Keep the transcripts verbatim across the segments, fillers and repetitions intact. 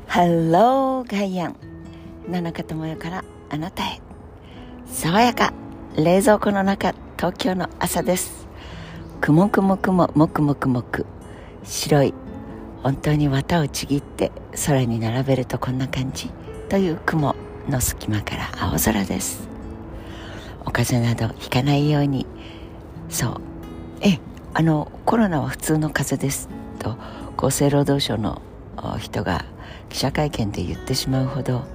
ハローガイアン、野中智代からあなたへ。爽やか冷蔵庫の中、東京の朝です。くもくもくももくもくもく、白い本当に綿をちぎって空に並べるとこんな感じという雲の隙間から青空です。お風邪などひかないように。そうえあのコロナは普通の風邪ですと厚生労働省の人が記者会見で言ってしまうほど、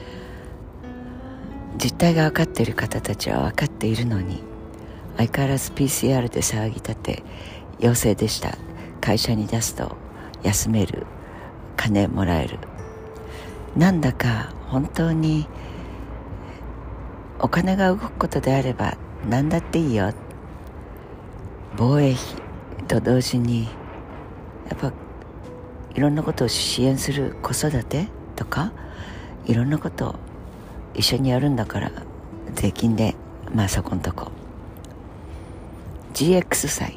実態が分かっている方たちは分かっているのに、相変わらず ピーシーアール で騒ぎ立て、陽性でした、会社に出すと休める、金もらえる。なんだか本当にお金が動くことであれば何だっていいよ。防衛費と同時にやっぱいろんなことを支援する子育てとか、いろんなことを一緒にやるんだから、税金でまあそこんとこ ジーエックス 祭、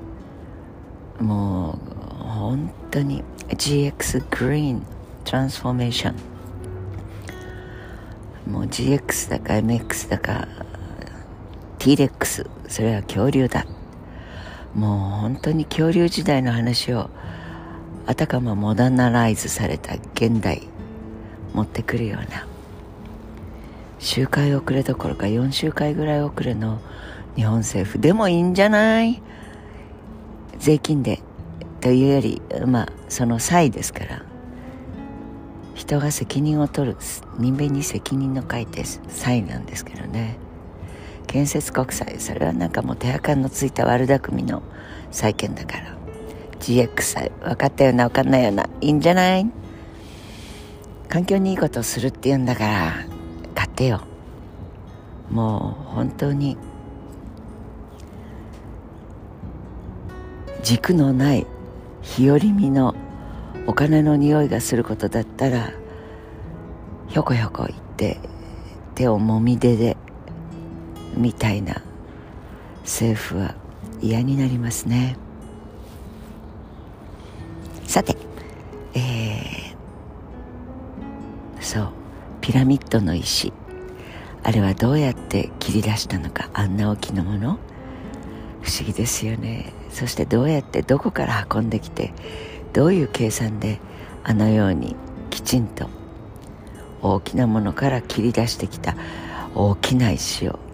もう本当に ジーエックス グリーントランスフォーメーション、もう ジーエックス だか エムエックス だか ティーレックス、 それは恐竜だ。もう本当に恐竜時代の話をあたかもモダナライズされた現代持ってくるような、周回遅れどころかよん周回ぐらい遅れの日本政府でもいいんじゃない、税金でというより、まあその際ですから、人が責任を取る、人間に責任の書いて際なんですけどね。建設国債、それはなんかもう手垢のついた悪巧みの債券だから、 ジーエックス 債分かったような分かんないような、いいんじゃない。環境にいいことをするって言うんだから買ってよ。もう本当に軸のない日和見のお金の匂いがすることだったら、ひょこひょこ言って手をもみ出でみたいな政府は嫌になりますね。さて、えー、そうピラミッドの石、あれはどうやって切り出したのか、あんな大きなもの、不思議ですよね。そしてどうやってどこから運んできて、どういう計算であのようにきちんと大きなものから切り出してきた大きな石を、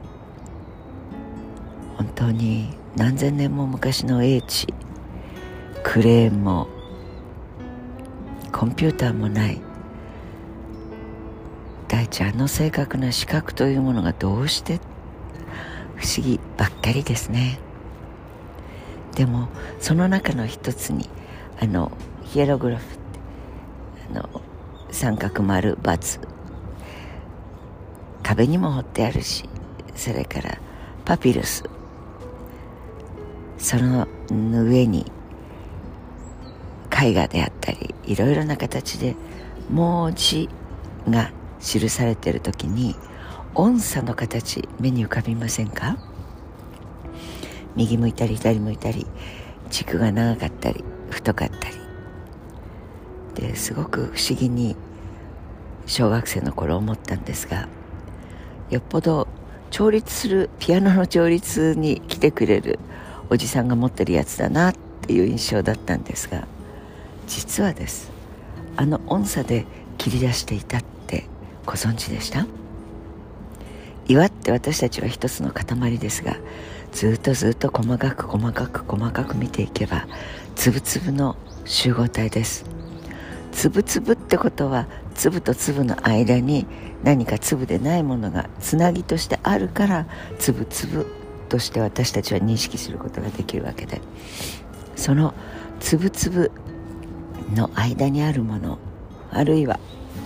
本当に何千年も昔の英知、クレーンもコンピューターもない大地、あの正確な視覚というものがどうして、不思議ばっかりですね。でもその中の一つに、あのヒエログラフって、あの三角丸×、壁にも彫ってあるし、それからパピルス、その上に絵画であったり、いろいろな形で文字が記されているときに、音叉の形、目に浮かびませんか？右向いたり左向いたり、軸が長かったり太かったりで、すごく不思議に小学生の頃思ったんですが、よっぽど調律する、ピアノの調律に来てくれるおじさんが持ってるやつだなっていう印象だったんですが、実はです、あの音叉で切り出していたってご存知でした？岩って私たちは一つの塊ですが、ずっとずっと細かく細かく細かく見ていけば、粒々の集合体です。粒々ってことは、粒と粒の間に何か粒でないものがつなぎとしてあるから、粒々として私たちは認識することができるわけで、その粒々の間にあるもの、あるいは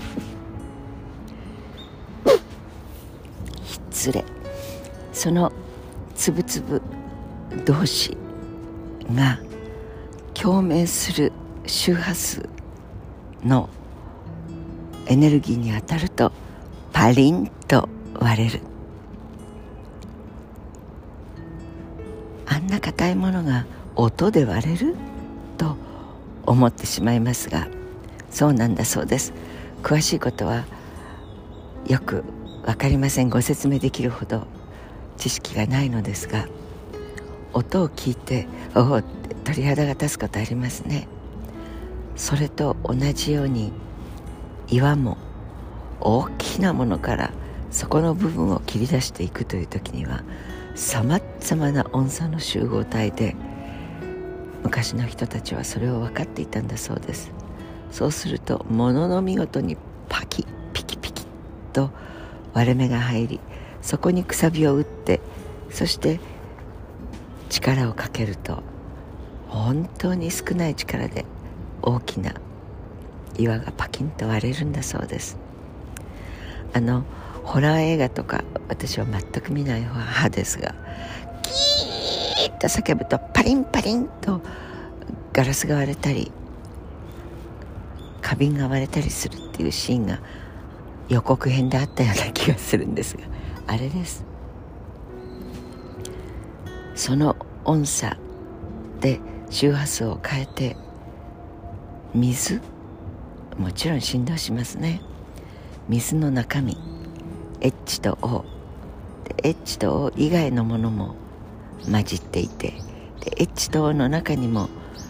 失礼、その粒々同士が共鳴する周波数のエネルギーに当たると、パリンと割れる。あんな硬いものが音で割れると思ってしまいますが、 そうなんだそうです。詳しいことはよく分かりません。ご説明できるほど知識がないのですが、音を聞いておおって鳥肌が立つことありますね。それと同じように岩も大きなものからそこの部分を切り出していくという時にはさまざまな音差の集合体で、昔の人たちはそれを分かっていたんだそうです。そうするとものの見事にパキピキピキと割れ目が入り、そこにくさびを打って、そして力をかけると本当に少ない力で大きな岩がパキンと割れるんだそうです。あのホラー映画とか私は全く見ない派ですが、キーッと叫ぶとパリンパリンとガラスが割れたり花瓶が割れたりするっていうシーンが予告編であったような気がするんですが、あれです。その音差で周波数を変えて、水もちろん振動しますね。水の中身 H と O で H と O 以外のものも混じっていて、で H と O の中にも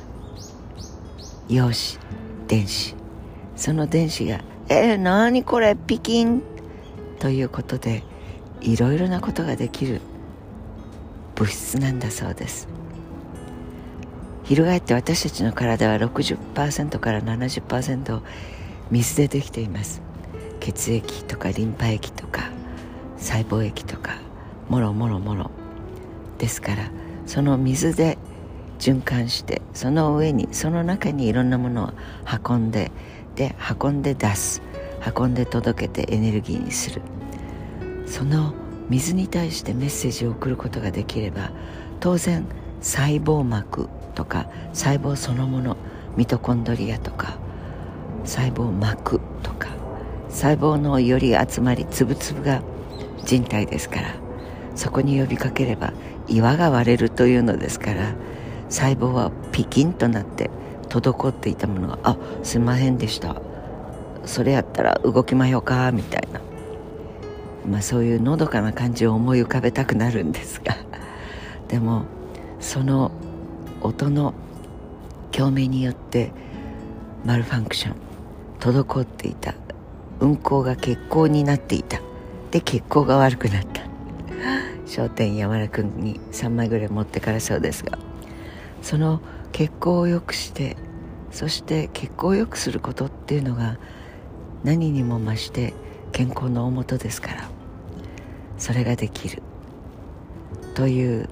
陽子電子、その電子がえー、何これピキンということでいろいろなことができる物質なんだそうです。翻って私たちの体は ろくじゅっパーセント から ななじゅっパーセント 水でできています。血液とかリンパ液とか細胞液とかもろもろもろですから、その水で循環して、その上にその中にいろんなものを運んで、で運んで出す、運んで届けてエネルギーにする。その水に対してメッセージを送ることができれば、当然細胞膜とか細胞そのもの、ミトコンドリアとか細胞膜とか細胞のより集まり粒々が人体ですから、そこに呼びかければ岩が割れるというのですから、細胞はピキンとなって滞っていたものが、あ、すいませんでした、それやったら動きまひょかみたいな、まあそういうのどかな感じを思い浮かべたくなるんですが、でもその音の共鳴によってマルファンクション、滞っていた運行が欠航になっていた、で血行が悪くなった。商店山田君にさんまいぐらい持ってからそうですが、その血行を良くして、そして血行を良くすることっていうのが何にも増して健康の大元ですから、それができるという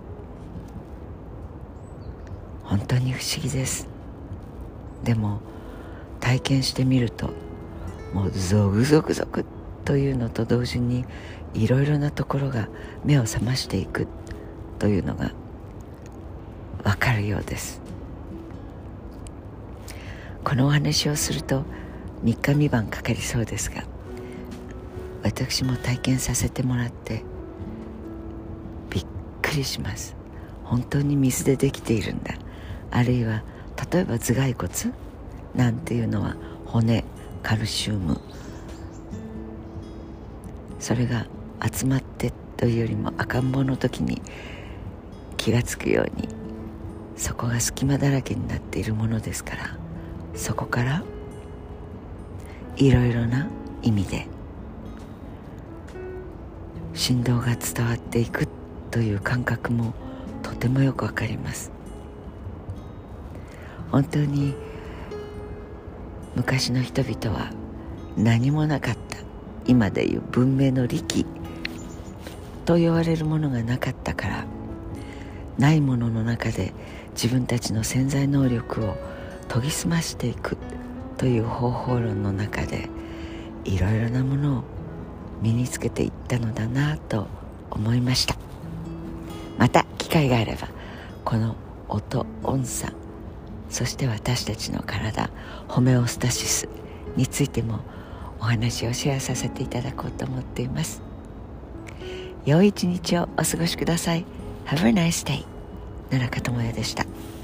本当に不思議です。でも体験してみると、もうゾクゾクゾクというのと同時にいろいろなところが目を覚ましていくというのがわかるようです。このお話をするとみっかみばんかかりそうですが、私も体験させてもらってびっくりします。本当に水でできているんだ。あるいは例えば頭蓋骨なんていうのは骨、カルシウム、それが集まってというよりも赤ん坊の時に気がつくようにそこが隙間だらけになっているものですから、そこからいろいろな意味で振動が伝わっていくという感覚もとてもよくわかります。本当に昔の人々は何もなかった、今でいう文明の利器と言われるものがなかったから、ないものの中で自分たちの潜在能力を研ぎ澄ましていくという方法論の中でいろいろなものを身につけていったのだなと思いました。また機会があればこの音、音差、そして私たちの体、ホメオスタシスについてもお話をシェアさせていただこうと思っています。良い一日をお過ごしください。Have a nice day。奈良香智也でした。